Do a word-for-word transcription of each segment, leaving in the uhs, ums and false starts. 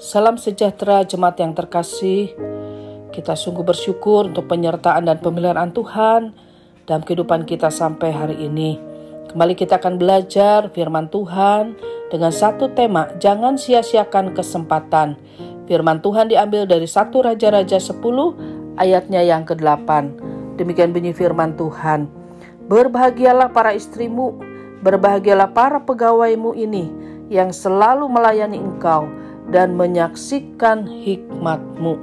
Salam sejahtera jemaat yang terkasih. Kita sungguh bersyukur untuk penyertaan dan pemeliharaan Tuhan dalam kehidupan kita sampai hari ini. Kembali kita akan belajar firman Tuhan dengan satu tema, jangan sia-siakan kesempatan. Firman Tuhan diambil dari satu Raja-Raja sepuluh ayatnya yang kedelapan. Demikian bunyi firman Tuhan. Berbahagialah para istrimu, berbahagialah para pegawaimu ini yang selalu melayani engkau dan menyaksikan hikmatmu.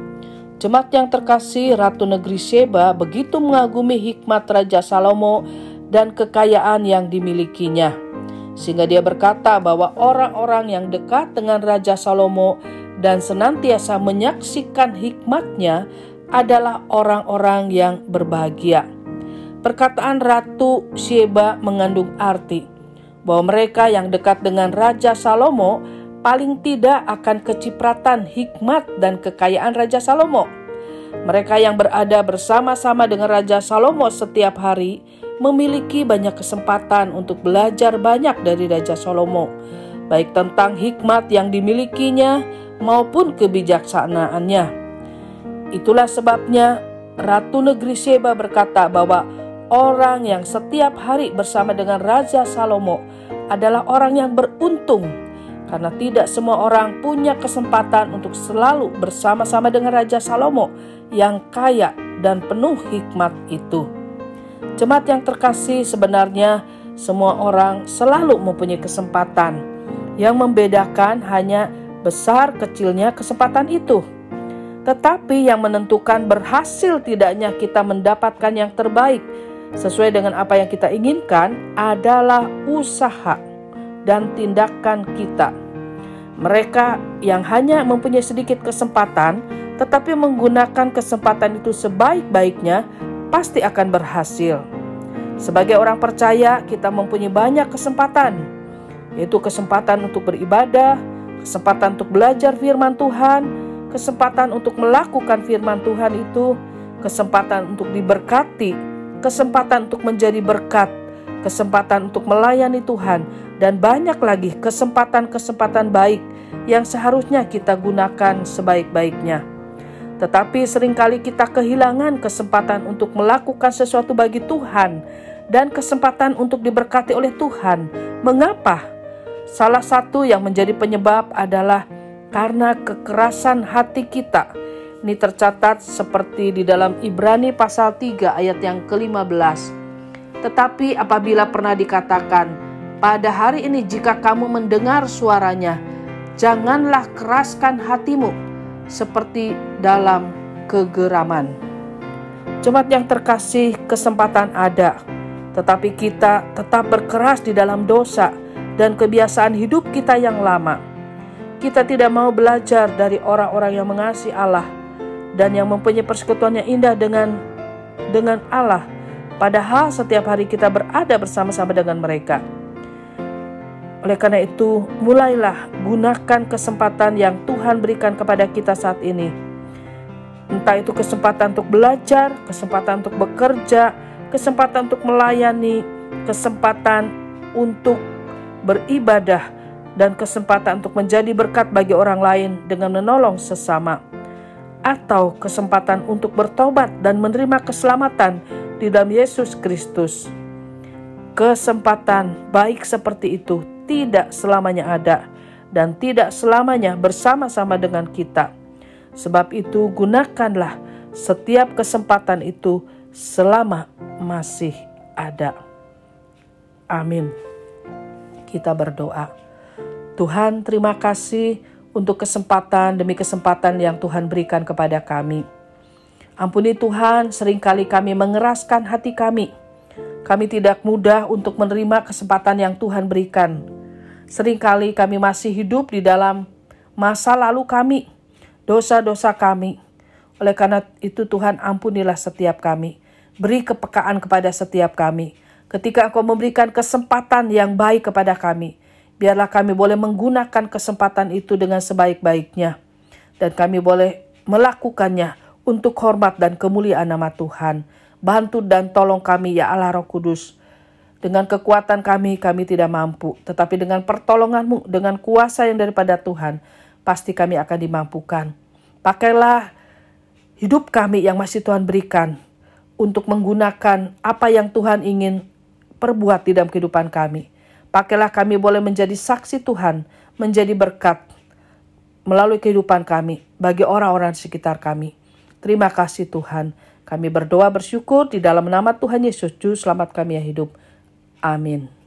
Jemaat yang terkasih, Ratu Negeri Sheba begitu mengagumi hikmat Raja Salomo dan kekayaan yang dimilikinya, sehingga dia berkata bahwa orang-orang yang dekat dengan Raja Salomo dan senantiasa menyaksikan hikmatnya adalah orang-orang yang berbahagia. Perkataan Ratu Sheba mengandung arti bahwa mereka yang dekat dengan Raja Salomo paling tidak akan kecipratan hikmat dan kekayaan Raja Salomo. Mereka yang berada bersama-sama dengan Raja Salomo setiap hari memiliki banyak kesempatan untuk belajar banyak dari Raja Salomo, baik tentang hikmat yang dimilikinya maupun kebijaksanaannya. Itulah sebabnya Ratu Negeri Sheba berkata bahwa orang yang setiap hari bersama dengan Raja Salomo adalah orang yang beruntung, karena tidak semua orang punya kesempatan untuk selalu bersama-sama dengan Raja Salomo yang kaya dan penuh hikmat itu. Jemaat yang terkasih, sebenarnya semua orang selalu mempunyai kesempatan. Yang membedakan hanya besar kecilnya kesempatan itu. Tetapi yang menentukan berhasil tidaknya kita mendapatkan yang terbaik sesuai dengan apa yang kita inginkan adalah usaha dan tindakan kita. Mereka yang hanya mempunyai sedikit kesempatan tetapi menggunakan kesempatan itu sebaik-baiknya pasti akan berhasil. Sebagai orang percaya, kita mempunyai banyak kesempatan, yaitu kesempatan untuk beribadah, kesempatan untuk belajar firman Tuhan, kesempatan untuk melakukan firman Tuhan itu, kesempatan untuk diberkati, kesempatan untuk menjadi berkat, kesempatan untuk melayani Tuhan, dan banyak lagi kesempatan-kesempatan baik yang seharusnya kita gunakan sebaik-baiknya. Tetapi seringkali kita kehilangan kesempatan untuk melakukan sesuatu bagi Tuhan dan kesempatan untuk diberkati oleh Tuhan. Mengapa? Salah satu yang menjadi penyebab adalah karena kekerasan hati kita. Ini tercatat seperti di dalam Ibrani pasal tiga ayat yang kelima belas. Tetapi apabila pernah dikatakan, pada hari ini jika kamu mendengar suaranya, janganlah keraskan hatimu seperti dalam kegeraman. Jemaat yang terkasih, kesempatan ada, tetapi kita tetap berkeras di dalam dosa dan kebiasaan hidup kita yang lama. Kita tidak mau belajar dari orang-orang yang mengasihi Allah dan yang mempunyai persekutuan yang indah dengan dengan Allah. Padahal setiap hari kita berada bersama-sama dengan mereka. Oleh karena itu, mulailah gunakan kesempatan yang Tuhan berikan kepada kita saat ini. Entah itu kesempatan untuk belajar, kesempatan untuk bekerja, kesempatan untuk melayani, kesempatan untuk beribadah, dan kesempatan untuk menjadi berkat bagi orang lain dengan menolong sesama. Atau kesempatan untuk bertobat dan menerima keselamatan di dalam Yesus Kristus. Kesempatan baik seperti itu tidak selamanya ada dan tidak selamanya bersama-sama dengan kita. Sebab itu gunakanlah setiap kesempatan itu selama masih ada. Amin. Kita berdoa. Tuhan, terima kasih untuk kesempatan demi kesempatan yang Tuhan berikan kepada kami. Ampuni Tuhan, seringkali kami mengeraskan hati kami. Kami tidak mudah untuk menerima kesempatan yang Tuhan berikan. Seringkali kami masih hidup di dalam masa lalu kami, dosa-dosa kami. Oleh karena itu Tuhan, ampunilah setiap kami. Beri kepekaan kepada setiap kami. Ketika Engkau memberikan kesempatan yang baik kepada kami, biarlah kami boleh menggunakan kesempatan itu dengan sebaik-baiknya. Dan kami boleh melakukannya untuk hormat dan kemuliaan nama Tuhan. Bantu dan tolong kami ya Allah Roh Kudus. Dengan kekuatan kami, kami tidak mampu. Tetapi dengan pertolongan-Mu, dengan kuasa yang daripada Tuhan, pasti kami akan dimampukan. Pakailah hidup kami yang masih Tuhan berikan untuk menggunakan apa yang Tuhan ingin perbuat di dalam kehidupan kami. Pakailah kami boleh menjadi saksi Tuhan, menjadi berkat melalui kehidupan kami bagi orang-orang di sekitar kami. Terima kasih Tuhan. Kami berdoa bersyukur di dalam nama Tuhan Yesus Juru Selamat kami yang hidup. Amin.